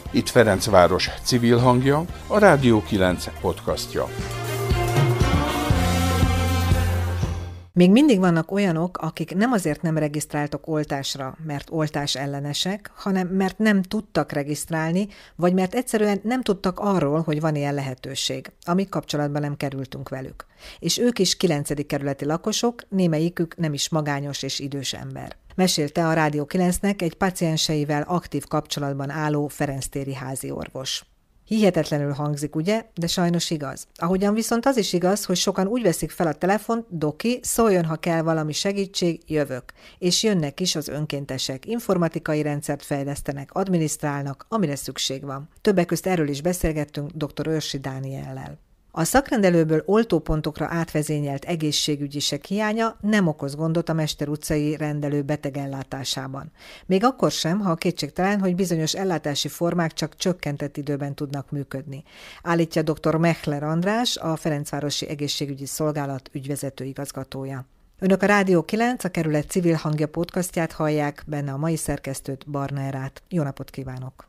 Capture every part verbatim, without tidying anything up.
Itt Ferencváros civil hangja, a Rádió kilenc podcastja. Még mindig vannak olyanok, akik nem azért nem regisztráltak oltásra, mert oltás ellenesek, hanem mert nem tudtak regisztrálni, vagy mert egyszerűen nem tudtak arról, hogy van ilyen lehetőség, amíg kapcsolatban nem kerültünk velük. És ők is kilencedik kerületi lakosok, némelyikük nem is magányos és idős ember. Mesélte a Rádió kilencnek egy pacienseivel aktív kapcsolatban álló ferenctéri háziorvos. Hihetetlenül hangzik, ugye? De sajnos igaz. Ahogyan viszont az is igaz, hogy sokan úgy veszik fel a telefont, doki, szóljon, ha kell valami segítség, jövök. És jönnek is az önkéntesek, informatikai rendszert fejlesztenek, adminisztrálnak, amire szükség van. Többek közt erről is beszélgettünk dr. Őrsi Dániellel. A szakrendelőből oltópontokra átvezényelt egészségügyisek hiánya nem okoz gondot a Mester utcai rendelő betegellátásában. Még akkor sem, ha kétségtelen, hogy bizonyos ellátási formák csak csökkentett időben tudnak működni. Állítja dr. Mechler András, a Ferencvárosi Egészségügyi Szolgálat ügyvezető igazgatója. Önök a Rádió kilenc, a kerület civil hangja podcastját hallják, benne a mai szerkesztőt, Barna Erát. Jó napot kívánok!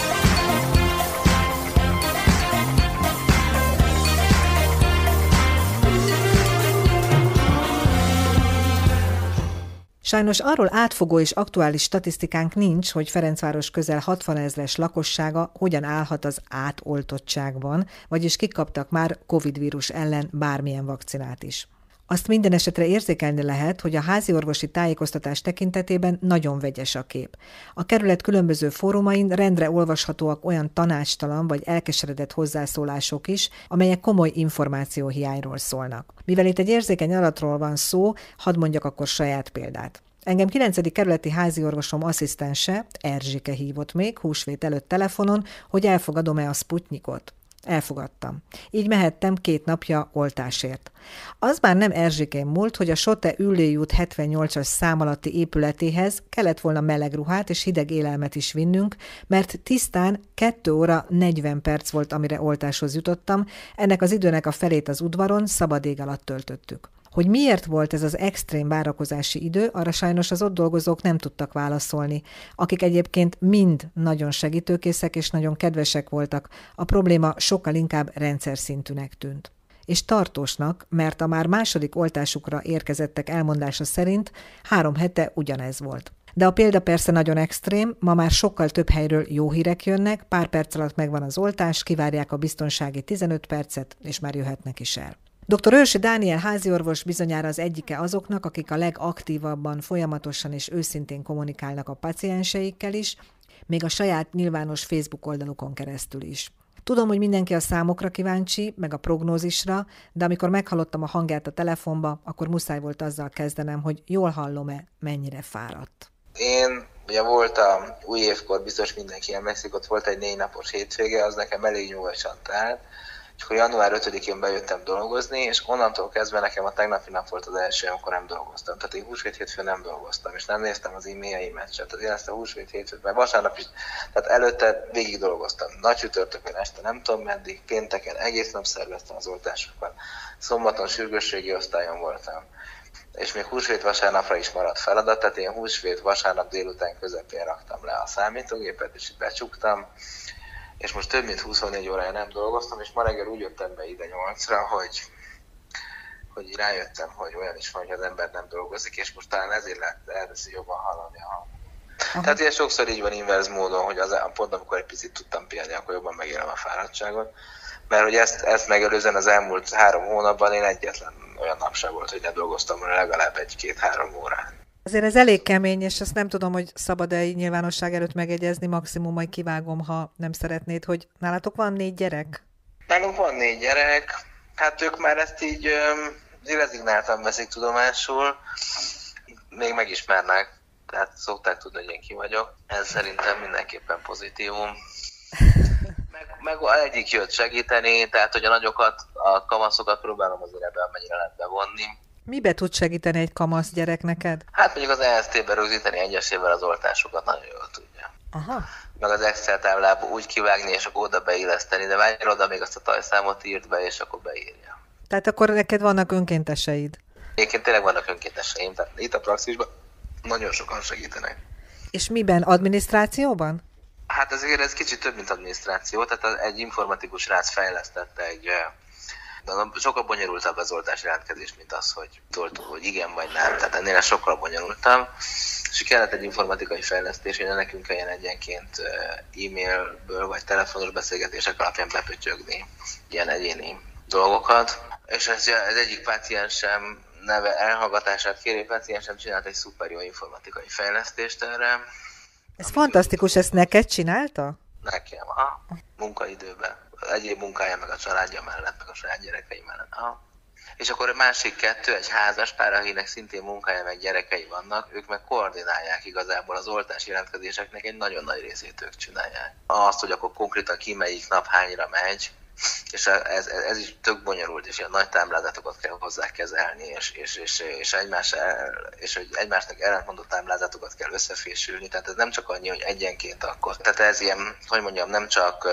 Sajnos arról átfogó és aktuális statisztikánk nincs, hogy Ferencváros közel hatvanezres lakossága hogyan állhat az átoltottságban, vagyis kik kaptak már Covid vírus ellen bármilyen vakcinát is. Azt minden esetre érzékelni lehet, hogy a háziorvosi tájékoztatás tekintetében nagyon vegyes a kép. A kerület különböző fórumain rendre olvashatóak olyan tanácstalan vagy elkeseredett hozzászólások is, amelyek komoly információhiányról szólnak. Mivel itt egy érzékeny adatról van szó, hadd mondjak akkor saját példát. Engem kilencedik kerületi háziorvosom asszisztense, Erzsike hívott még húsvét előtt telefonon, hogy elfogadom-e a Sputnikot. Elfogadtam. Így mehettem két napja oltásért. Az már nem Erzsikén múlt, hogy a Sote Üllői út hetvennyolcas szám alatti épületéhez kellett volna meleg ruhát és hideg élelmet is vinnünk, mert tisztán két óra negyven perc volt, amire oltáshoz jutottam, ennek az időnek a felét az udvaron szabad ég alatt töltöttük. Hogy miért volt ez az extrém várakozási idő, arra sajnos az ott dolgozók nem tudtak válaszolni, akik egyébként mind nagyon segítőkészek és nagyon kedvesek voltak, a probléma sokkal inkább rendszer szintűnek tűnt. És tartósnak, mert a már második oltásukra érkezettek elmondása szerint három hete ugyanez volt. De a példa persze nagyon extrém, ma már sokkal több helyről jó hírek jönnek, pár perc alatt megvan az oltás, kivárják a biztonsági tizenöt percet, és már jöhetnek is el. dr. Őrsi Dániel háziorvos bizonyára az egyike azoknak, akik a legaktívabban, folyamatosan és őszintén kommunikálnak a pacienseikkel is, még a saját nyilvános Facebook oldalukon keresztül is. Tudom, hogy mindenki a számokra kíváncsi, meg a prognózisra, de amikor meghallottam a hangját a telefonba, akkor muszáj volt azzal kezdenem, hogy jól hallom-e, mennyire fáradt. Én ugye voltam új évkor, biztos mindenki emlékszik, ott volt egy négy napos hétvége, az nekem elég nyugosan talált. És akkor január ötödikén bejöttem dolgozni, és onnantól kezdve nekem a tegnapi nap volt az első, amikor nem dolgoztam. Tehát én húsvét hétfőn nem dolgoztam, és nem néztem az e-mailjeimet sem. Tehát én ezt a húsvét hétfőt, mert vasárnap is, tehát előtte végig dolgoztam. Nagy csütörtökön este nem tudom meddig, pénteken egész nap szerveztem az oltásokat. Szombaton sürgősségi osztályon voltam. És még húsvét vasárnapra is maradt feladat, tehát én húsvét vasárnap délután közepén raktam le a számítógépet, és becsuktam. És most több mint huszonnégy órája nem dolgoztam, és ma reggel úgy jöttem be ide nyolcra, hogy, hogy rájöttem, hogy olyan is van, hogy az ember nem dolgozik, és most talán ezért lehet elveszi jobban hallani a hangot. Tehát ilyen sokszor így van inverz módon, hogy az, pont amikor egy picit tudtam pihenni, akkor jobban megélem a fáradtságot. Mert hogy ezt, ezt megelőzően az elmúlt három hónapban én egyetlen olyan nap sem volt, hogy ne dolgoztam legalább egy-két-három órán. Azért ez elég kemény, és azt nem tudom, hogy szabad-e nyilvánosság előtt megegyezni, maximum majd kivágom, ha nem szeretnéd, hogy nálatok van négy gyerek? Nálunk van négy gyerek, hát ők már ezt így um, rezignáltan veszik tudomásul, még megismernek, tehát szokták tudni, hogy én ki vagyok. Ez szerintem mindenképpen pozitívum. Meg, meg egyik jött segíteni, tehát hogy a nagyokat, a kamaszokat próbálom azért ebben mennyire lehet bevonni. Mibe tud segíteni egy kamasz gyerek neked? Hát mondjuk az E S T-be rögzíteni egyesével az oltásokat nagyon jól tudja. Aha. Meg az Excel táblába úgy kivágni, és akkor oda beilleszteni, de várjál oda, még azt a tajszámot írt be, és akkor beírja. Tehát akkor neked vannak önkénteseid? Egyébként tényleg vannak önkénteseim, tehát itt a praxisban nagyon sokan segítenek. És miben? Adminisztrációban? Hát ezért ez kicsit több, mint adminisztráció, tehát egy informatikus srác fejlesztette egy sokkal bonyolultabb az oltás jelentkezés, mint az, hogy toltunk, hogy igen vagy nem. Tehát ennél sokkal bonyolultabb. És kellett egy informatikai fejlesztés, hogy nekünk kelljen egyenként e-mailből vagy telefonos beszélgetések alapján bepötyögni ilyen egyéni dolgokat. És ez, ez egyik páciensem neve elhallgatását kérő páciensem csinált egy szuper jó informatikai fejlesztést erre. Ez fantasztikus, ezt neked csinálta? Nekem, a munkaidőben. Egyéb munkája, meg a családja mellett, meg a saját gyerekei mellett. Aha. És akkor a másik kettő, egy házas pár, akinek szintén munkája, meg gyerekei vannak, ők meg koordinálják igazából az oltás jelentkezéseknek egy nagyon nagy részét ők csinálják. Azt, hogy akkor konkrétan ki melyik nap hányra megy, és ez, ez is tök bonyolult, és ilyen nagy táblázatokat kell hozzá kezelni, és, és, és, és, egymás el, és hogy egymásnak ellentmondó táblázatokat kell összefésülni, tehát ez nem csak annyi, hogy egyenként akkor. Tehát ez ilyen, hogy mondjam, nem csak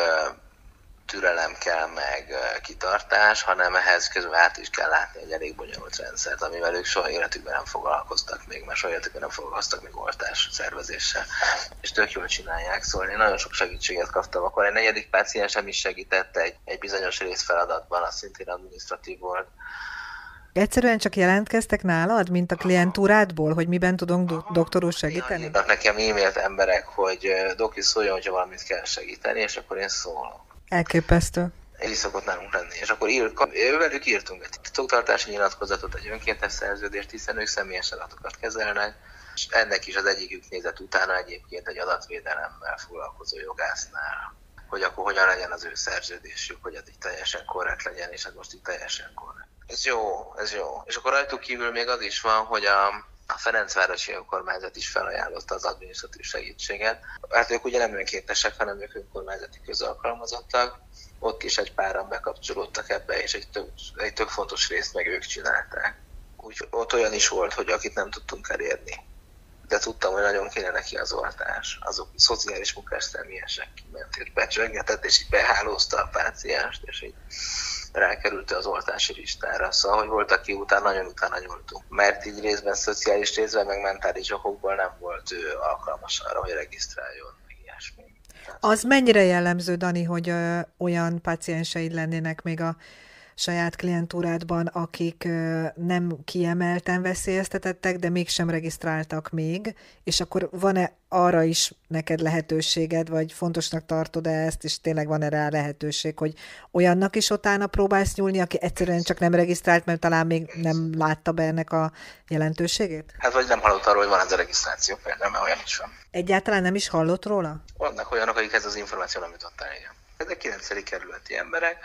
türelem kell, meg kitartás, hanem ehhez közben át is kell látni egy elég bonyolult rendszert, amivel ők soha életükben nem foglalkoztak még, mert soha életükben nem foglalkoztak még oltás szervezéssel. És tök jól csinálják, szóval én nagyon sok segítséget kaptam. Akkor egy negyedik páciensem is segített egy, egy bizonyos részfeladatban, az szintén adminisztratív volt. Egyszerűen csak jelentkeztek nálad, mint a klientúrádból, hogy miben tudunk do- doktor úr segíteni? Írnak nekem e-mailt emberek, hogy doki szóljon, hogyha valamit kell segíteni, és akkor én szólok. Elképesztő. Így szokott nálunk lenni. És akkor ír, velük írtunk egy titoktartási nyilatkozatot, egy önkéntes szerződést, hiszen ők személyes adatokat kezelnek, és ennek is az egyikük nézett utána egyébként egy adatvédelemmel foglalkozó jogásznál, hogy akkor hogyan legyen az ő szerződésük, hogy ez így teljesen korrekt legyen, és ez most így teljesen korrekt. Ez jó, ez jó. És akkor rajtuk kívül még az is van, hogy a A Ferencvárosi önkormányzat is felajánlotta az adminisztratív segítséget. Hát ők ugye nem önkéntesek, hanem ők önkormányzati közalkalmazottak. Ott is egy páran bekapcsolódtak ebbe, és egy tök, egy tök fontos részt meg ők csinálták. Úgy, ott olyan is volt, hogy akit nem tudtunk elérni. De tudtam, hogy nagyon kéne neki az oltás. Azok szociális munkás személyesek kiment, és becsöngetett, és így behálózta a pácienst, és így rákerült az oltási listára. Szóval, hogy volt, aki utána nagyon utána nyúltunk. Mert így részben szociális, részben meg mentális okokból nem volt ő alkalmas arra, hogy regisztráljon, meg ilyesmi. Az mennyire jellemző, Dani, hogy ö, olyan pácienseid lennének még a saját klientúrádban, akik ö, nem kiemelten veszélyeztetettek, de mégsem regisztráltak még, és akkor van-e arra is neked lehetőséged, vagy fontosnak tartod-e ezt, és tényleg van-e rá lehetőség, hogy olyannak is utána próbálsz nyúlni, aki egyszerűen csak nem regisztrált, mert talán még nem látta be ennek a jelentőségét? Hát vagy nem hallott arról, hogy van ez a regisztráció például, mert olyan is van. Egyáltalán nem is hallott róla? Vannak olyanok, akikhez az információ nem jutott el, igen. Ezek kilencedik kerületi emberek.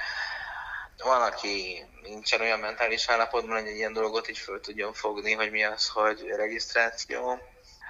Van, aki nincsen olyan mentális állapotban, hogy egy ilyen dolgot így föl tudjon fogni, hogy mi az, hogy regisztráció.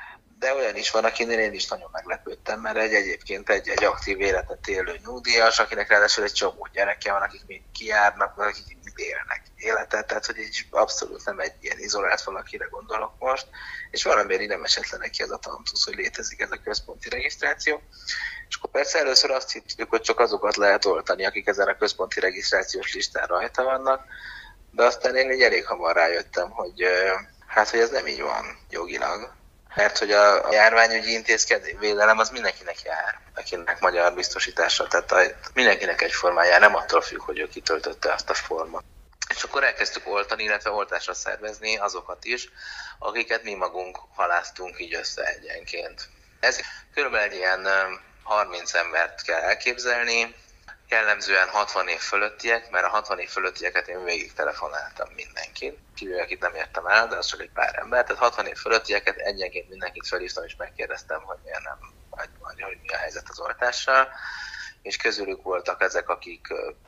De olyan is van, akinél én is nagyon meglepődtem, mert egy egyébként egy, egy aktív életet élő nyugdíjas, akinek ráadásul egy csomó gyereke van, akik még kijárnak, akik még élnek életet, tehát hogy így abszolút nem egy ilyen izolált valakire gondolok most, és valamiért így nem esett le neki az a tantusz, hogy létezik ez a központi regisztráció. És akkor persze először azt hittük, hogy csak azokat lehet oltani, akik ezen a központi regisztrációs listán rajta vannak, de aztán én így elég hamar rájöttem, hogy hát, hogy ez nem így van jogilag. Mert hogy a járványügyi intézkedés védelem az mindenkinek jár, akinek magyar biztosítással, tehát mindenkinek egyformán jár, nem attól függ, hogy ő kitöltötte azt a formát. És akkor elkezdtük oltani, illetve oltásra szervezni azokat is, akiket mi magunk haláztunk így össze egyenként. Ez körülbelül egy ilyen harminc embert kell elképzelni, jellemzően hatvan év fölöttiek, mert a hatvan év fölöttieket én végig telefonáltam mindenkit, kívül akit nem értem el, de az csak egy pár ember, tehát hatvan év fölöttieket egyenként mindenkit felhívtam és megkérdeztem, hogy miért nem, vagy, vagy hogy mi a helyzet az oltással, és közülük voltak ezek, akik,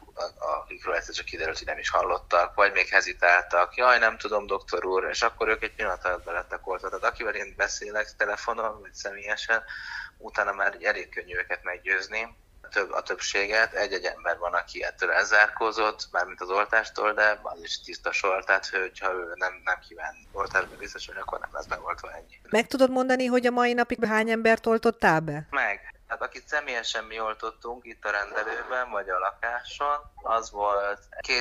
akikről egyszer csak kiderült, hogy nem is hallottak, vagy még hezitáltak, jaj, nem tudom, doktor úr, és akkor ők egy pillanat alatt belettek oltva. Tehát akivel én beszélek telefonon, vagy személyesen, utána már elég könnyű őket meggyőzni. Több, a többséget, egy-egy ember van, aki ettől elzárkózott, mármint az oltástól, de az is tiszta sor, tehát hogyha ő nem, nem kíván oltásban részesülni, akkor nem lesz beoltva, ennyi. Meg tudod mondani, hogy a mai napig hány embert oltottál be? Meg. Hát akit személyesen mi oltottunk itt a rendelőben, vagy a lakáson, az volt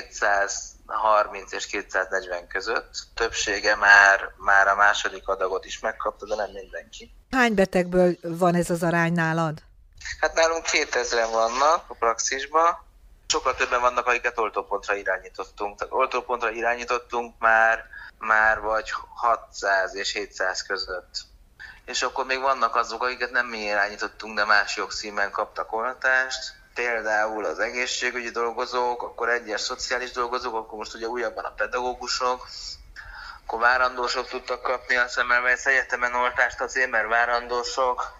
kétszázharminc és kétszáznegyven között. Többsége már, már a második adagot is megkapta, de nem mindenki. Hány betegből van ez az arány nálad? Hát nálunk kétezren vannak a praxisban, sokkal többen vannak, akiket oltópontra irányítottunk. Tehát oltópontra irányítottunk már, már vagy hatszáz és hétszáz között. És akkor még vannak azok, akiket nem mi irányítottunk, de más jogcímen kaptak oltást. Például az egészségügyi dolgozók, akkor egyes szociális dolgozók, akkor most ugye újabban a pedagógusok, akkor várandósok tudtak kapni a Semmelweis Egyetemen oltást azért, mert várandósok,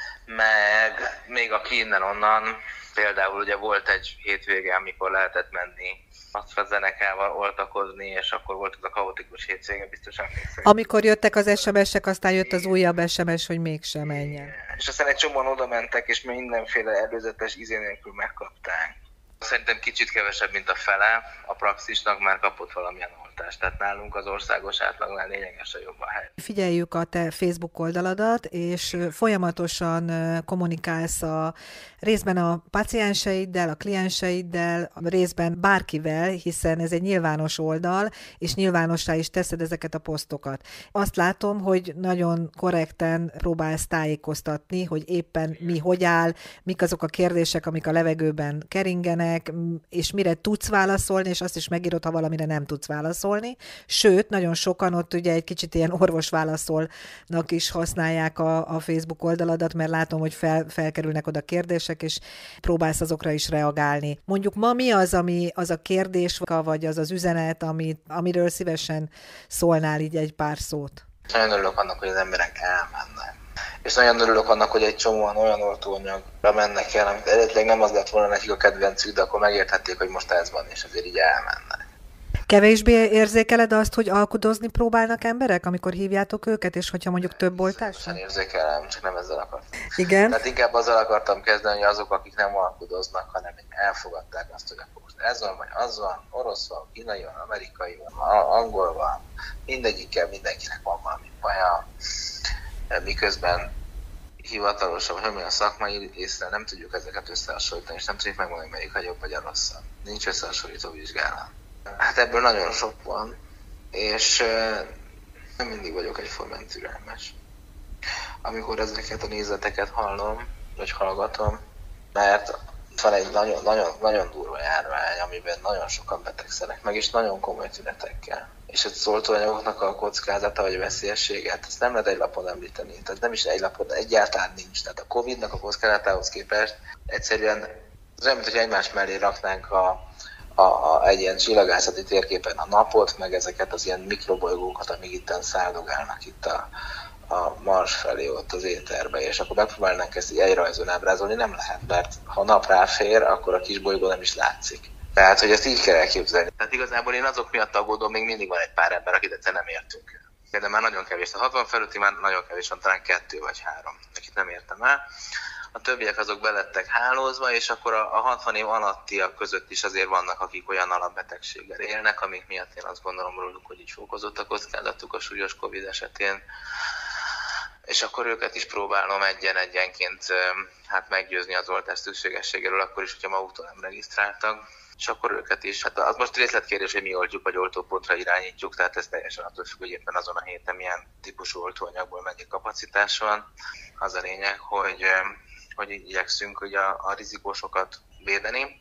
meg még aki innen-onnan, például ugye volt egy hétvége, amikor lehetett menni AstraZenecával oltakozni, és akkor volt az a kaotikus hétvége, biztosan emlékszem. Amikor jöttek az es em es-ek, aztán jött az újabb es em es, hogy mégsem menjen. És aztán egy csomóan oda mentek, és mindenféle előzetes izé nélkül megkapták. Szerintem kicsit kevesebb, mint a fele a praxisnak már kapott valamilyen oltást. Tehát nálunk az országos átlagnál lényegesen jobb a hely. Figyeljük a te Facebook oldaladat, és folyamatosan kommunikálsz a részben a pacienseiddel, a klienseiddel, a részben bárkivel, hiszen ez egy nyilvános oldal, és nyilvánossá is teszed ezeket a posztokat. Azt látom, hogy nagyon korrekten próbálsz tájékoztatni, hogy éppen mi hogy áll, mik azok a kérdések, amik a levegőben keringenek, és mire tudsz válaszolni, és azt is megírod, ha valamire nem tudsz válaszolni. Sőt, nagyon sokan ott ugye egy kicsit ilyen orvosválaszolnak is használják a, a Facebook oldaladat, mert látom, hogy fel, felkerülnek oda kérdések, és próbálsz azokra is reagálni. Mondjuk ma mi az, ami az a kérdés, vagy az az üzenet, ami, amiről szívesen szólnál így egy pár szót? Nagyon örülök annak, hogy az emberek elmennek. És nagyon örülök annak, hogy egy csomóan olyan oltóanyagra mennek el, amit eredetileg nem az lett volna nekik a kedvencük, de akkor megérthették, hogy most ez van, és azért így elmennek. Kevésbé érzékeled azt, hogy alkudozni próbálnak emberek, amikor hívjátok őket, és hogyha mondjuk több oltás? Sem érzékelem, csak nem ezzel akartam. Igen. Tehát inkább azzal akartam kezdeni, hogy azok, akik nem alkudoznak, hanem elfogadták azt, hogy akkor most ez van, vagy az van, orosz van, kínai van, amerikai van, angol van, mindegyikkel mindenkinek van valami baja. Miközben hivatalosan, vagy amilyen szakmai észre nem tudjuk ezeket összehasonlítani, és nem tudjuk megmondani, melyik a jobb vagy a rosszabb. Nincs összehasonlító vizsgálat. Hát ebből nagyon sok van, és nem mindig vagyok egyformán türelmes. Amikor ezeket a nézeteket hallom, vagy hallgatom, mert van egy nagyon, nagyon, nagyon durva járvány, amiben nagyon sokan betegszenek meg, és nagyon komoly tünetekkel. És az oltóanyagoknak a kockázata vagy veszélyességet, ezt nem lehet egy lapon említeni. Tehát nem is egy lapon, egyáltalán nincs. Tehát a Covidnak a kockázatához képest egyszerűen az olyan, mint hogy egymás mellé raknánk a, a, a, egy ilyen csillagászati térképen a napot, meg ezeket az ilyen mikrobolygókat, amíg itten száldogálnak itt a, a Mars felé ott az éterbe, és akkor megpróbálnánk ezt így egyrajzon ábrázolni, nem lehet, mert ha nap ráfér, akkor a kis bolygó nem is látszik. Tehát, hogy ezt így kell elképzelni. Tehát igazából én azok miatt aggódom, még mindig van egy pár ember, akit egyszer nem értünk el. De már nagyon kevés. A hatvan felütti már nagyon kevés van, talán kettő vagy három, akit nem értem el. A többiek azok belettek hálózva, és akkor a, a hatvan év alattiak között is azért vannak, akik olyan alapbetegséggel élnek, amik miatt én azt gondolom róluk, hogy így fokozott a kockázatuk a súlyos Covid esetén. És akkor őket is próbálom egyen-egyenként hát meggyőzni az oltás szükségességéről, akkor is, hogyha maguktól nem regisztráltak. És akkor őket is, hát az most részletkérdés, hogy mi oltjuk, vagy oltópontra irányítjuk, tehát ez teljesen attól függ, hogy éppen azon a héten milyen típusú oltóanyagból mennyi kapacitás van. Az a lényeg, hogy, hogy igyekszünk ugye a, a rizikósokat védeni,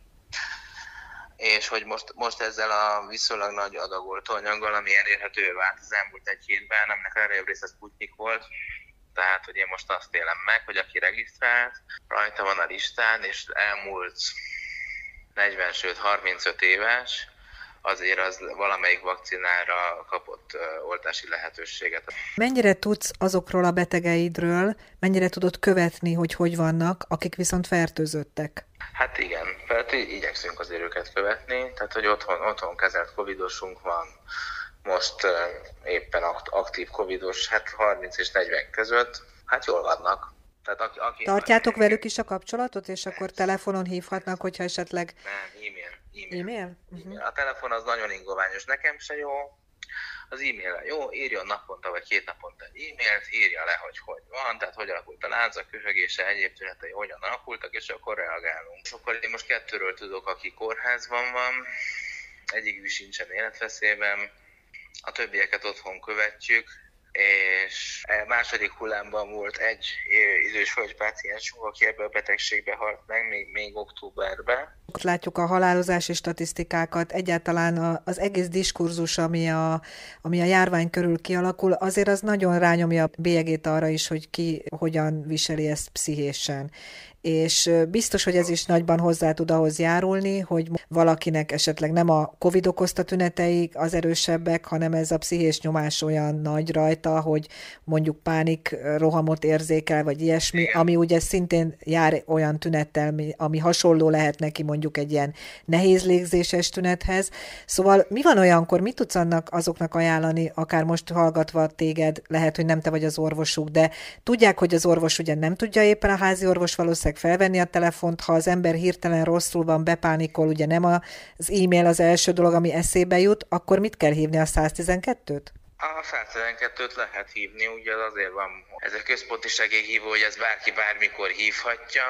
és hogy most, most ezzel a viszonylag nagy adag oltóanyaggal, ami elérhetővé vált az elmúlt egy hétben, aminek a legjobb része Sputnik volt, tehát hogy én most azt élem meg, hogy aki regisztrált, rajta van a listán, és elmúlt negyven, sőt harmincöt éves, azért az valamelyik vakcinára kapott oltási lehetőséget. Mennyire tudsz azokról a betegeidről, mennyire tudod követni, hogy hogy vannak, akik viszont fertőzöttek? Hát igen, tehát igyekszünk azért őket követni, tehát hogy otthon, otthon kezelt covidosunk van, most uh, éppen aktív covidos, hát harminc és negyven között, hát jól vannak. Tehát aki, aki Tartjátok velük is a kapcsolatot, és akkor telefonon hívhatnak, hogyha esetleg... Nem, e-mail. E-mail? e-mail? Uh-huh. A telefon az nagyon ingoványos, nekem se jó. Az e-mail jó, írjon naponta vagy két naponta egy e-mailt, írja le, hogy hogy van, tehát hogy alakult a lánca, köhögése, egyéb tünetei hogyan alakultak, és akkor reagálunk. És akkor én most kettőről tudok, aki kórházban van, egyikük sincsen életveszélyben, a többieket otthon követjük, és a második hullámban volt egy idős hölgypáciensünk, aki ebbe a betegségbe halt meg, még, még októberben. Látjuk a halálozási statisztikákat, egyáltalán az egész diskurzus, ami a, ami a járvány körül kialakul, azért az nagyon rányomja a bélyegét arra is, hogy ki hogyan viseli ezt pszichésen. És biztos, hogy ez is nagyban hozzá tud ahhoz járulni, hogy valakinek esetleg nem a Covid okozta tünetei az erősebbek, hanem ez a pszichés nyomás olyan nagy rajta, hogy mondjuk pánik rohamot érzékel, vagy ilyesmi, ami ugye szintén jár olyan tünettel, ami hasonló lehet neki mondjuk egy ilyen nehéz légzéses tünethez. Szóval mi van olyankor, mit tudsz annak azoknak ajánlani, akár most hallgatva téged, lehet, hogy nem te vagy az orvosuk, de tudják, hogy az orvos ugye nem tudja éppen, a házi orvos valószínűleg felvenni a telefont, ha az ember hirtelen rosszul van, bepánikol, ugye nem az e-mail az első dolog, ami eszébe jut, akkor mit kell hívni, a száztizenkettőt? A száztizenkettőt lehet hívni, ugye azért van ez a központi segélyhívó, hogy ez bárki bármikor hívhatja.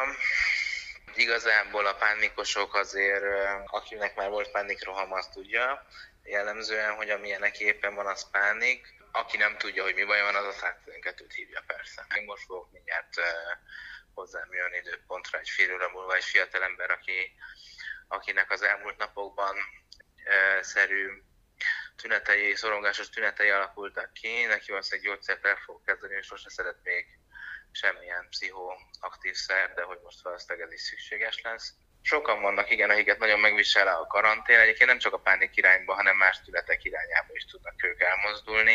Igazából a pánikosok azért, akinek már volt pánikroham, azt tudja jellemzően, hogy amilyenek éppen van, az pánik. Aki nem tudja, hogy mi baj van, az a száztizenkettőt hívja persze. Én most fogok mindjárt hozzám jön időpontra egy fél óra múlva egy fiatalember, aki, akinek az elmúlt napokban e, szerű tünetei, szorongásos tünetei alakultak ki, neki valószínűleg gyógyszert el fog kezdeni, és sose szeret még semmilyen pszichoaktív szer, de hogy most valószínűleg ez is szükséges lesz. Sokan vannak, igen, akiket nagyon megvisel a karantén, egyébként nem csak a pánik irányba, hanem más tünetek irányába is tudnak ők elmozdulni.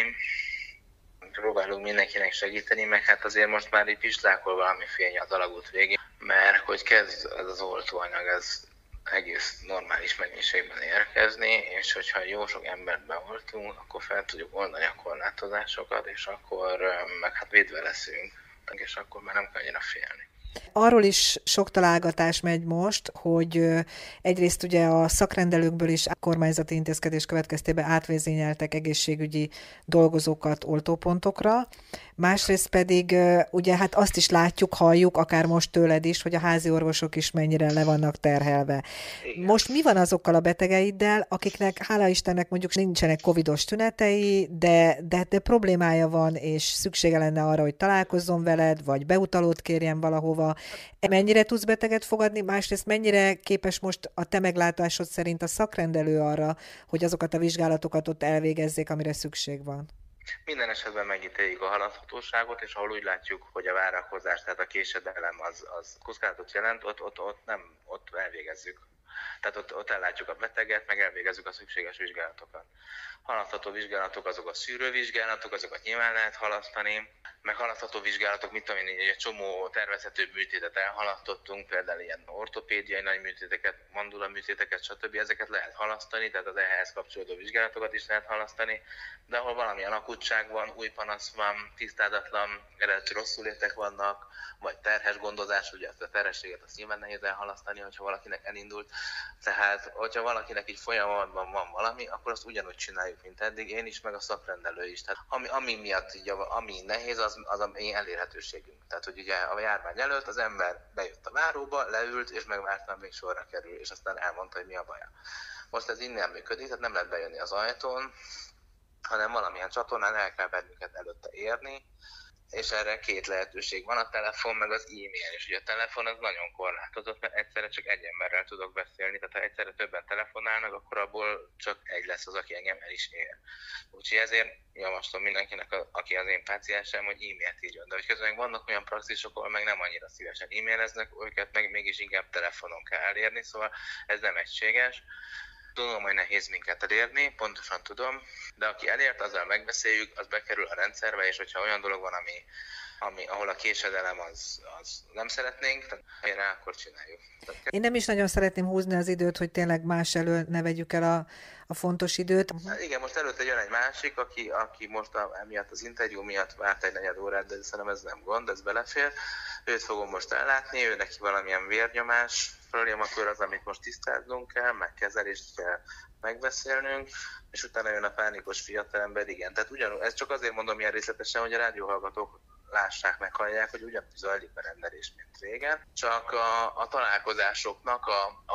Próbálunk mindenkinek segíteni, meg hát azért most már itt vizslákol valami fény az alagút végén, mert hogy kezd ez az oltóanyag, ez egész normális mennyiségben érkezni, és hogyha jó sok embert beoltunk, akkor fel tudjuk oldani a korlátozásokat, és akkor meg hát védve leszünk, és akkor már nem kell annyira félni. Arról is sok találgatás megy most, hogy egyrészt ugye a szakrendelőkből is kormányzati intézkedés következtében átvezényeltek egészségügyi dolgozókat oltópontokra, másrészt pedig ugye hát azt is látjuk, halljuk, akár most tőled is, hogy a házi orvosok is mennyire le vannak terhelve. Igen. Most mi van azokkal a betegeiddel, akiknek hála Istennek mondjuk nincsenek covidos tünetei, de, de, de problémája van, és szüksége lenne arra, hogy találkozzon veled, vagy beutalót kérjen valahova. Mennyire tudsz beteget fogadni, másrészt mennyire képes most a te meglátásod szerint a szakrendelő arra, hogy azokat a vizsgálatokat ott elvégezzék, amire szükség van? Minden esetben megítéljük a haladhatóságot, és ahol úgy látjuk, hogy a várakozás, tehát a késedelem az, az kockázatot jelent, ott, ott, ott, nem, ott elvégezzük. Tehát ott, ott ellátjuk a beteget, meg elvégezzük a szükséges vizsgálatokat. Haladható vizsgálatok azok a szűrővizsgálatok, azokat nyilván lehet halasztani, meg halasztható vizsgálatok, mit tudom én, egy csomó tervezhető műtétet elhalasztottunk, például ilyen ortopédiai nagy műtéteket, mandula műtéteket, stb. Ezeket lehet halasztani, tehát az ehhez kapcsolódó vizsgálatokat is lehet halasztani, de ahol valamilyen akutság van, új panasz van, tisztázatlan, eredeti rosszulétek vannak, vagy terhes gondozás, ugye ezt a terhességet azt nyilván nehéz elhalasztani, hogyha valakinek elindult. Tehát, hogyha valakinek így folyamatban van valami, akkor azt ugyanúgy csináljuk, mint eddig, én is, meg a szakrendelő is. Tehát ami, ami miatt így, ami nehéz, az, az a mi elérhetőségünk. Tehát, hogy ugye a járvány előtt az ember bejött a váróba, leült, és megvárta, még sorra kerül, és aztán elmondta, hogy mi a baja. Most ez innen működik, tehát nem lehet bejönni az ajtón, hanem valamilyen csatornán el kell bennünket előtte érni, és erre két lehetőség van, a telefon meg az e-mail, és ugye a telefon az nagyon korlátozott, mert egyszerre csak egy emberrel tudok beszélni, tehát ha egyszerre többen telefonálnak, akkor abból csak egy lesz az, aki engem el is ér. Úgyhogy ezért javaslom mindenkinek, aki az én páciensem, hogy e-mailt írjon. De hogy közben meg vannak olyan praxisok, ahol meg nem annyira szívesen e-maileznek, őket meg mégis inkább telefonon kell elérni, szóval ez nem egységes. Tudom, hogy nehéz minket elérni, pontosan tudom, de aki elért, azzal megbeszéljük, az bekerül a rendszerbe, és hogyha olyan dolog van, ami, ami, ahol a késedelem az, az nem szeretnénk, tehát rá, akkor csináljuk. Én nem is nagyon szeretném húzni az időt, hogy tényleg más elől ne vegyük el a, a fontos időt. Hát igen, most előtte jön egy másik, aki, aki most a, emiatt az interjú miatt várt egy negyed órát, de szerintem ez nem gond, ez belefér. Őt fogom most ellátni, ő neki valamilyen vérnyomás problémakör az, amit most tisztáznunk kell, meg kezelést kell megbeszélnünk, és utána jön a pánikos fiatalember, igen. Tehát ugyanúgy, ez csak azért mondom ilyen részletesen, hogy a rádióhallgatók lássák, meghallják, hogy ugyanúgy zajlik a rendelés, mint régen. Csak a, a találkozásoknak a, a, a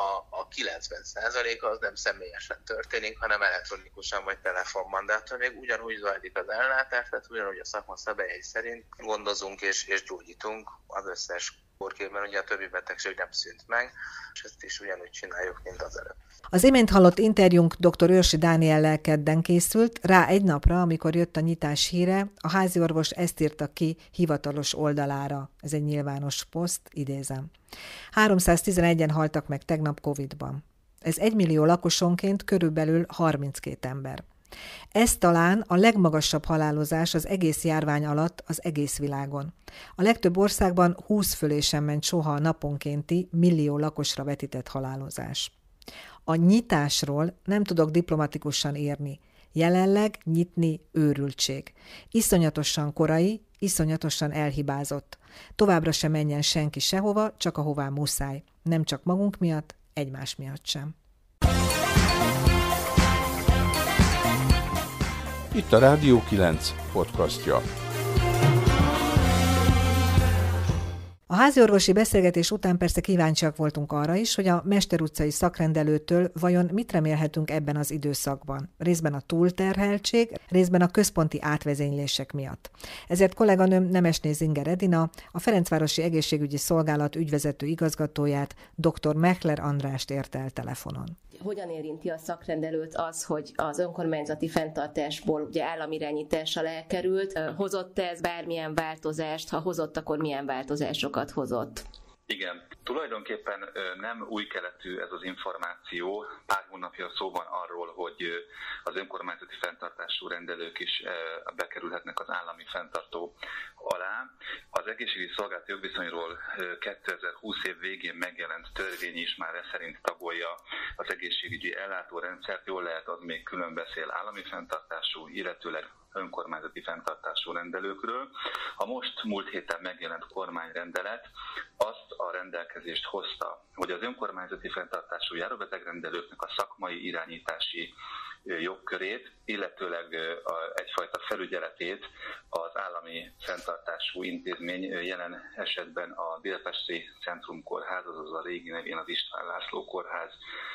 kilencven százaléka az nem személyesen történik, hanem elektronikusan vagy telefonban. De attól még ugyanúgy zajlik az ellátás, tehát ugyanúgy a szakma szabályai szerint gondozunk és, és gyógyítunk az összes kórképben, ugye a többi betegség nem szűnt meg, és ezt is ugyanúgy csináljuk, mint az előbb. Az imént hallott interjúnk dr. Őrsi Dániellel kedden készült, rá egy napra, amikor jött a nyitás híre, a háziorvos ezt írta ki hivatalos oldalára. Ez egy nyilvános poszt, idézem. háromszáztizenegyen haltak meg tegnap Covidban. Ez egymillió lakosonként körülbelül harminckét ember. Ez talán a legmagasabb halálozás az egész járvány alatt az egész világon. A legtöbb országban húsz fölé sem ment soha a naponkénti millió lakosra vetített halálozás. A nyitásról nem tudok diplomatikusan írni. Jelenleg nyitni őrültség. Iszonyatosan korai, iszonyatosan elhibázott. Továbbra sem menjen senki sehova, csak ahová muszáj. Nem csak magunk miatt, egymás miatt sem. Itt a Rádió kilenc podcastja. A háziorvosi beszélgetés után persze kíváncsiak voltunk arra is, hogy a Mester utcai szakrendelőtől vajon mit remélhetünk ebben az időszakban. Részben a túlterheltség, részben a központi átvezénylések miatt. Ezért kolléganőm Nemesné Zinger Edina, a Ferencvárosi Egészségügyi Szolgálat ügyvezető igazgatóját, dr. Mechler Andrást ért el telefonon. Hogyan érinti a szakrendelőt az, hogy az önkormányzati fenntartásból ugye államirányítással elkerült? Hozott ez bármilyen változást? Ha hozott, akkor milyen változásokat hozott? Igen, tulajdonképpen nem új keletű ez az információ. Pár hónapja szó van arról, hogy az önkormányzati fenntartású rendelők is bekerülhetnek az állami fenntartó alá. Az egészségügyi szolgált jogviszonyról kétezer-húsz év végén megjelent törvény is már e szerint tagolja az egészségügyi ellátórendszert. Jól lehet, az még külön beszél állami fenntartású, illetőleg önkormányzati fenntartású rendelőkről. A most múlt héten megjelent kormányrendelet azt a rendelkezést hozta, hogy az önkormányzati fenntartású járóbetegrendelőknek a szakmai irányítási jogkörét, illetőleg egyfajta felügyeletét az állami fenntartású intézmény, jelen esetben a Délpesti Centrum Kórház, azaz a régi nevén az István László Kórház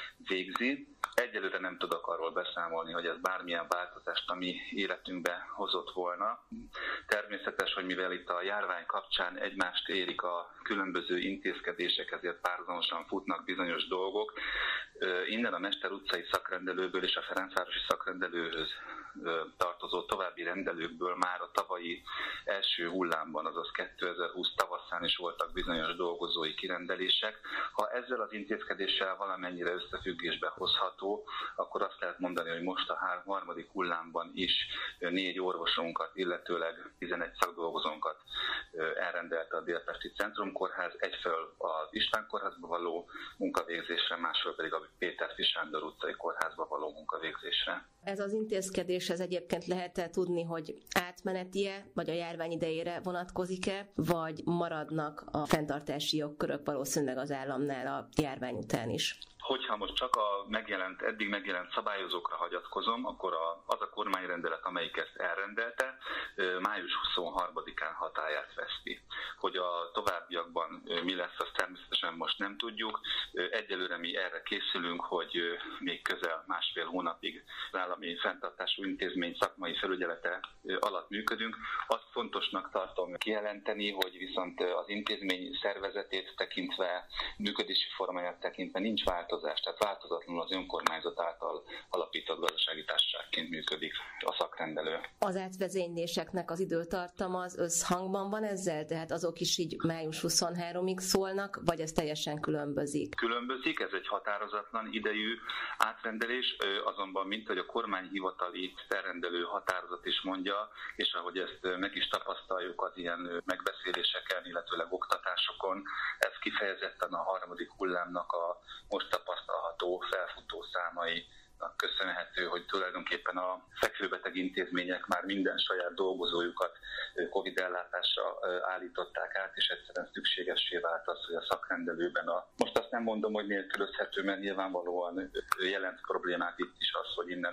végzi. Egyelőre nem tudok arról beszámolni, hogy ez bármilyen változást a mi életünkbe hozott volna. Természetes, hogy mivel itt a járvány kapcsán egymást érik a különböző intézkedések, ezért párhuzamosan futnak bizonyos dolgok. Innen a Mester utcai szakrendelőből és a Ferencvárosi szakrendelőhöz tartozó további rendelőkből már a tavalyi első hullámban, azaz kétezer-húsz tavaszán is voltak bizonyos dolgozói kirendelések. Ha ezzel az intézkedéssel valamennyire összefüggésbe hozható, akkor azt lehet mondani, hogy most a harmadik hullámban is négy orvosunkat, illetőleg tizenegy szakdolgozónkat elrendelte a Délpesti Centrum Kórház, egyfelől az István Kórházba való munkavégzésre, másfelől pedig a Péter Sándor utcai kórházba való munkavégzésre. Ez az intézkedés, ez egyébként lehet-e tudni, hogy átmeneti-e, vagy a járvány idejére vonatkozik-e, vagy maradnak a fenntartási jogkörök valószínűleg az államnál a járvány után is? Hogyha most csak a megjelent, eddig megjelent szabályozókra hagyatkozom, akkor a, az a kormányrendelet, amelyik ezt elrendelte, május huszonharmadikán hatályát veszti. Hogy a továbbiakban mi lesz, azt természetesen most nem tudjuk. Egyelőre mi erre készülünk, hogy még közel másfél hónapig az állami fenntartású intézmény szakmai felügyelete alatt működünk. Azt fontosnak tartom kijelenteni, hogy viszont az intézmény szervezetét tekintve, működési formáját tekintve nincs változás. Tehát változatlanul az önkormányzat által alapított gazdasági társaságként működik a szakrendelő. Az átvezényléseknek az időtartama az összhangban van ezzel? Tehát azok is így május huszonharmadikáig szólnak, vagy ez teljesen különbözik? Különbözik, ez egy határozatlan idejű átrendelés, azonban mint hogy a kormányhivatali elrendelő határozat is mondja, és ahogy ezt meg is tapasztaljuk az ilyen megbeszéléseken, illetőleg oktatásokon, ez kifejezetten a harmadik hullámnak a most tapasztalható felfutó számai köszönhető, hogy tulajdonképpen a fekvőbeteg intézmények már minden saját dolgozójukat Covid ellátásra állították át, és egyszerűen szükségessé vált az, hogy a szakrendelőben a... Most azt nem mondom, hogy nélkülözhető, mert nyilvánvalóan jelent problémát itt is az, hogy innen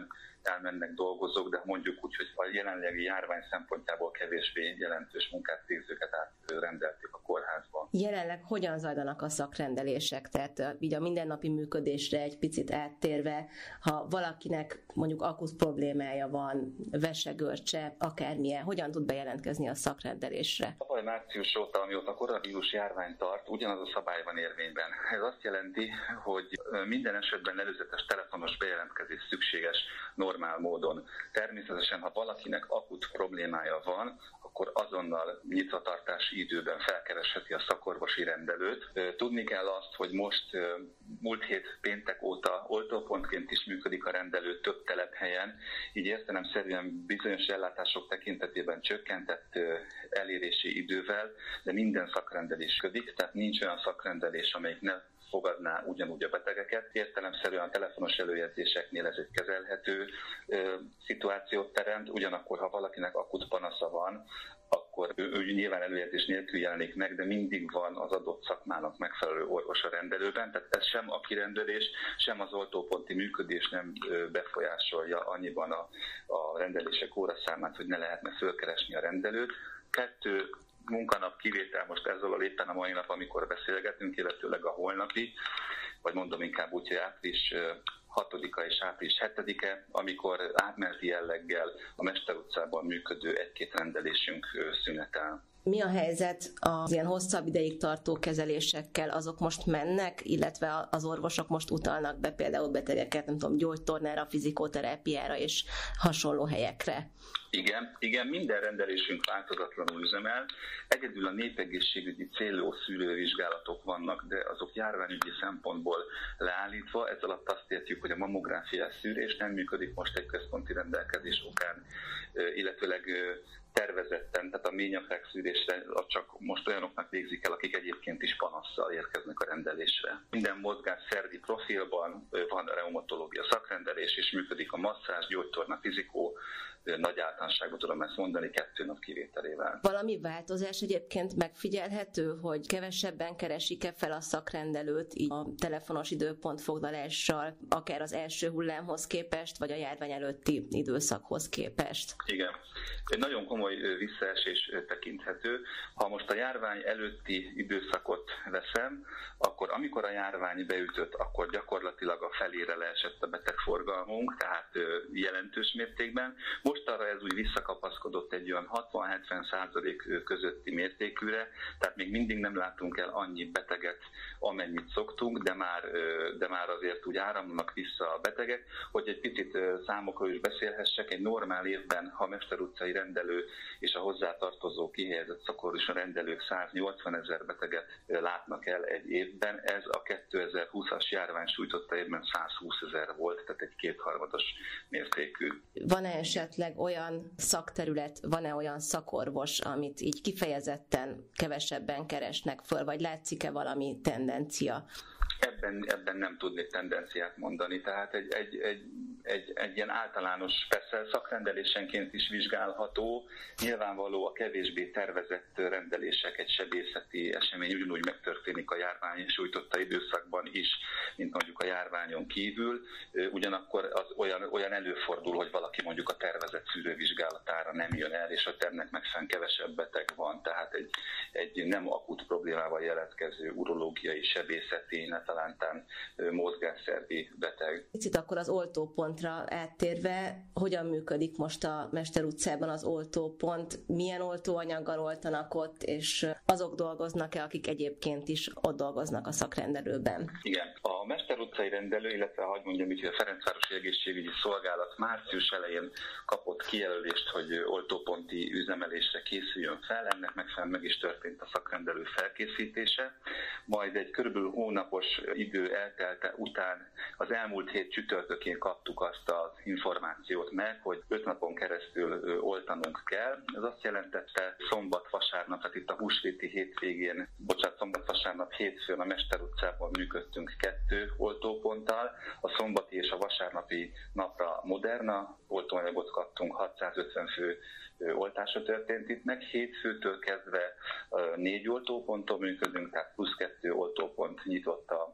elmennek dolgozók, de mondjuk úgy, hogy a jelenlegi járvány szempontjából kevésbé jelentős munkát végzőket átrendelték a kórházba. Jelenleg hogyan zajlanak a szakrendelések? Tehát így a mindennapi működésre egy picit áttérve, ha valakinek mondjuk akut problémája van, vesegörcse, akármilyen, hogyan tud bejelentkezni a szakrendelésre? Tavaly március óta, amióta a koronavírus járvány tart, ugyanaz a szabály van érvényben. Ez azt jelenti, hogy minden esetben előzetes telefonos bejelentkezés szükséges normál módon. Természetesen, ha valakinek akut problémája van, akkor azonnal nyitvatartási időben felkeresheti a szakorvosi rendelőt. Tudni kell azt, hogy most múlt hét péntek óta oltópontként is működik a rendelő több telephelyen, így értelemszerűen bizonyos ellátások tekintetében csökkentett elérési idővel, de minden szakrendelés ködik, tehát nincs olyan szakrendelés, amelyik ne fogadná ugyanúgy a betegeket. Értelemszerűen a telefonos előjegyzéseknél ez egy kezelhető ö, szituációt teremt, ugyanakkor ha valakinek akut panasza van, akkor ő, ő nyilván előjegyzés nélkül jelenik meg, de mindig van az adott szakmának megfelelő orvos a rendelőben, tehát ez sem a kirendelés, sem az oltóponti működés nem befolyásolja annyiban a, a rendelések óraszámát, hogy ne lehetne fölkeresni a rendelőt. Kettő munkanap kivétel most ezzel a éppen a mai nap, amikor beszélgetünk, illetőleg a holnapi, vagy mondom inkább úgy, hogy április hatodika és április hetedike, amikor átmeneti jelleggel a Mester utcában működő egy-két rendelésünk szünetel. Mi a helyzet az ilyen hosszabb ideig tartó kezelésekkel? Azok most mennek, illetve az orvosok most utalnak be például betegeket, nem tudom, gyógytornára, fizikoterápiára és hasonló helyekre? Igen, igen, minden rendelésünk változatlanul üzemel. Egyedül a népegészségügyi célú szűrővizsgálatok vannak, de azok járványügyi szempontból leállítva. Ez alatt azt értjük, hogy a mammográfiás szűrés nem működik most egy központi rendelkezés okán, illetőleg tervezetten, tehát a ményafrák szűrésre csak most olyanoknak végzik el, akik egyébként is panasszal érkeznek a rendelésre. Minden mozgásszervi profilban van reumatológia szakrendelés, és működik a masszázs, gyógytorna, fizikó, nagy általánosságban tudom ezt mondani, kettő nap kivételével. Valami változás egyébként megfigyelhető, hogy kevesebben keresik-e fel a szakrendelőt így a telefonos időpontfoglalással, akár az első hullámhoz képest, vagy a járvány előtti időszakhoz képest? Igen. Egy nagyon komoly visszaesés tekinthető. Ha most a járvány előtti időszakot veszem, akkor amikor a járvány beütött, akkor gyakorlatilag a felére leesett a betegforgalmunk, tehát jelentős mértékben. Most arra ez úgy visszakapaszkodott egy olyan hatvan-hetven százalék közötti mértékűre, tehát még mindig nem látunk el annyi beteget, amennyit szoktunk, de már, de már azért úgy áramlanak vissza a betegek. Hogy egy picit számokról is beszélhessek, egy normál évben, ha a Mester utcai rendelő és a hozzátartozó kihelyezett szakorvosi rendelők száznyolcvan ezer beteget látnak el egy évben, ez a kétezer-húszas járvány sújtotta évben százhúsz ezer volt, tehát egy kétharmados mértékű. Van-e esetleg olyan szakterület, van-e olyan szakorvos, amit így kifejezetten kevesebben keresnek föl, vagy látszik-e valami tendencia? Ebben, ebben nem tudnék tendenciát mondani, tehát egy, egy, egy, egy, egy ilyen általános, persze szakrendelésenként is vizsgálható, nyilvánvaló a kevésbé tervezett rendelések, egy sebészeti esemény ugyanúgy megtörténik a járvány sújtotta időszakban is, mint mondjuk a járványon kívül, ugyanakkor az olyan, olyan előfordul, hogy valaki mondjuk a tervezett szűrővizsgálatára nem jön el, és ott ennek megfelelően kevesebb beteg van, tehát egy, egy nem akut problémával jelentkező urológiai, sebészeti, netalántán mozgásszervi beteg. Picit akkor az oltópontra áttérve, hogyan működik most a Mester utcában az oltópont, milyen oltóanyaggal oltanak ott, és azok dolgoznak-e, akik egyébként is ott dolgoznak a szakrendelőben? Igen, a Mester utcai rendelő, illetve hagy mondjam így, hogy a Ferencvárosi Egészségügyi Szolgálat március elején kapott kijelölést, hogy oltóponti üzemelésre készüljön fel, ennek megfelelően meg is történt a szakrendelő felkészítése, majd egy körülbelül hónapos idő eltelte után az elmúlt hét csütörtökén kaptuk azt az információt meg, hogy öt napon keresztül oltanunk kell. Ez azt jelentette szombat, vasárnap, tehát itt a húsvéti hétvégén, bocsánat, szombat, vasárnap, hétfőn a Mester utcában működtünk kettő oltóponttal. A szombati és a vasárnapi napra Moderna oltóanyagot kaptunk, hatszázötven fő oltása történt itt meg. Hétfőtől kezdve négy oltóponton működünk, tehát plusz kettő oltópont nyitott a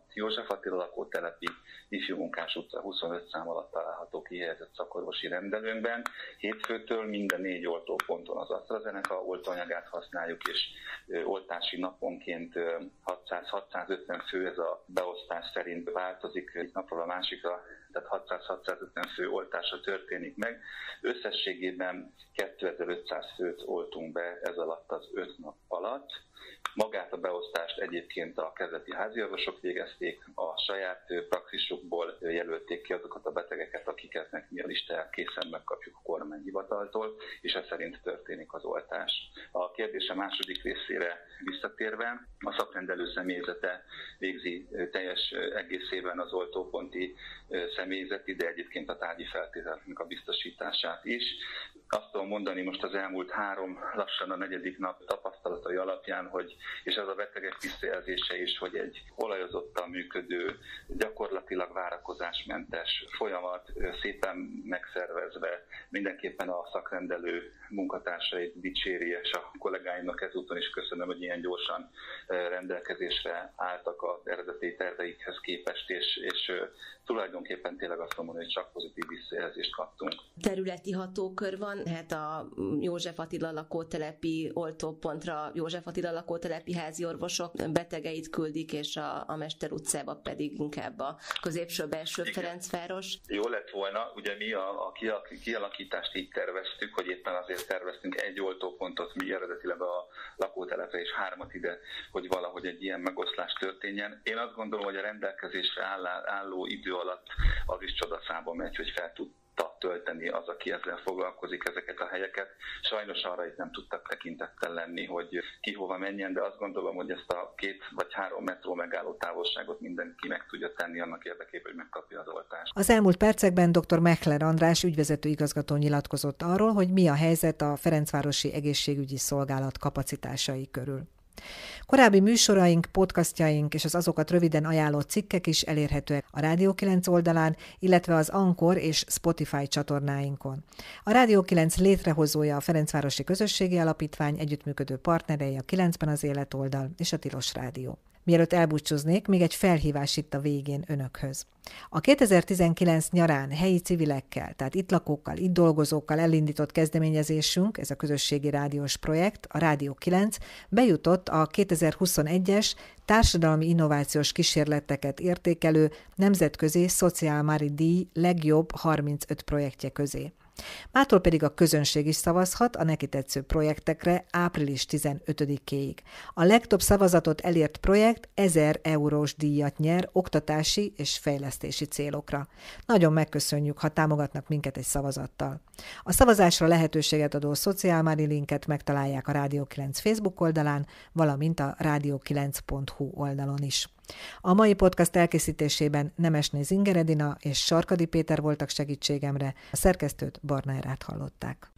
József Attila lakótelepi Ifjú Munkás utca huszonöt szám alatt található kihelyezett szakorvosi rendelőnkben. Hétfőtől minden négy oltóponton az AstraZeneca oltóanyagát használjuk, és oltási naponként hatszáz-hatszázötven fő, ez a beosztás szerint változik egy napról a másikra, tehát hatszáz-hatszázötven fő oltása történik meg. Összességében kétezer-ötszáz főt oltunk be ez alatt az öt nap alatt. Magát a beosztást egyébként a kezdeti háziorvosok végezték, a saját praxisukból jelölték ki azokat a betegeket, akiknek mi a listát készen megkapjuk a kormányhivataltól, és ez szerint történik az oltás. A kérdése második részére visszatérve, a szakrendelő személyzete végzi teljes egészében az oltóponti személyzeti, de egyébként a tárgyi feltételeknek a biztosítását is. Azt tudom mondani most az elmúlt három, lassan a negyedik nap tapasztalatai alapján, hogy, és ez a betegek visszajelzése is, hogy egy olajozottan működő, gyakorlatilag várakozásmentes folyamat, szépen megszervezve, mindenképpen a szakrendelő munkatársait dicséri, és a kollégáimnak ezúton is köszönöm, hogy ilyen gyorsan rendelkezésre álltak az eredeti terveikhez képest, és, és tulajdonképpen tényleg azt mondom, hogy csak pozitív visszajelzést kaptunk. Területi hatókör van, hát a József Attila lakótelepi oltópontra József Attila lakótelepi háziorvosok betegeit küldik, és a, a Mester utcába pedig inkább a középső belső Ferencváros. Jó lett volna, ugye mi a, a kialakítást így terveztük, hogy éppen azért terveztünk egy oltópontot, mi eredetileg a lakótelepre és hármat ide, hogy valahogy egy ilyen megoszlás történjen. Én azt gondolom, hogy a rendelkezésre álló idő alatt az is csodaszámba megy, hogy fel tudta tölteni az, aki ezzel foglalkozik ezeket a helyeket. Sajnos arra itt nem tudtak tekintettel lenni, hogy ki hova menjen, de azt gondolom, hogy ezt a két vagy három metró megálló távolságot mindenki meg tudja tenni annak érdekében, hogy megkapja az oltást. Az elmúlt percekben dr. Mechler András ügyvezető igazgató nyilatkozott arról, hogy mi a helyzet a Ferencvárosi Egészségügyi Szolgálat kapacitásai körül. Korábbi műsoraink, podcastjaink és az azokat röviden ajánlott cikkek is elérhetőek a Rádió kilenc oldalán, illetve az Anchor és Spotify csatornáinkon. A Rádió kilenc létrehozója a Ferencvárosi Közösségi Alapítvány, együttműködő partnerei a kilencben az Élet oldal és a Tilos Rádió. Mielőtt elbúcsúznék, még egy felhívás itt a végén önökhöz. A kétezer-tizenkilenc nyarán helyi civilekkel, tehát itt lakókkal, itt dolgozókkal elindított kezdeményezésünk, ez a közösségi rádiós projekt, a Rádió kilenc, bejutott a kétezer-huszonegyes társadalmi innovációs kísérleteket értékelő nemzetközi Social Mari díj legjobb harmincöt projektje közé. Mától pedig a közönség is szavazhat a neki tetsző projektekre április tizenötödikéig. A legtöbb szavazatot elért projekt ezer eurós díjat nyer oktatási és fejlesztési célokra. Nagyon megköszönjük, ha támogatnak minket egy szavazattal. A szavazásra lehetőséget adó Social Mari linket megtalálják a Rádió kilenc Facebook oldalán, valamint a rádió kilenc pont hu oldalon is. A mai podcast elkészítésében Nemesné Zinger Edina és Sarkadi Péter voltak segítségemre, a szerkesztőt Barna Erát hallották.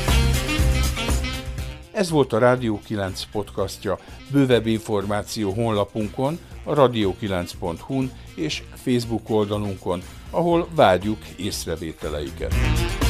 Ez volt a Rádió kilenc podcastja. Bővebb információ honlapunkon, a rádió kilenc pont hu-n és Facebook oldalunkon, ahol várjuk észrevételeiket.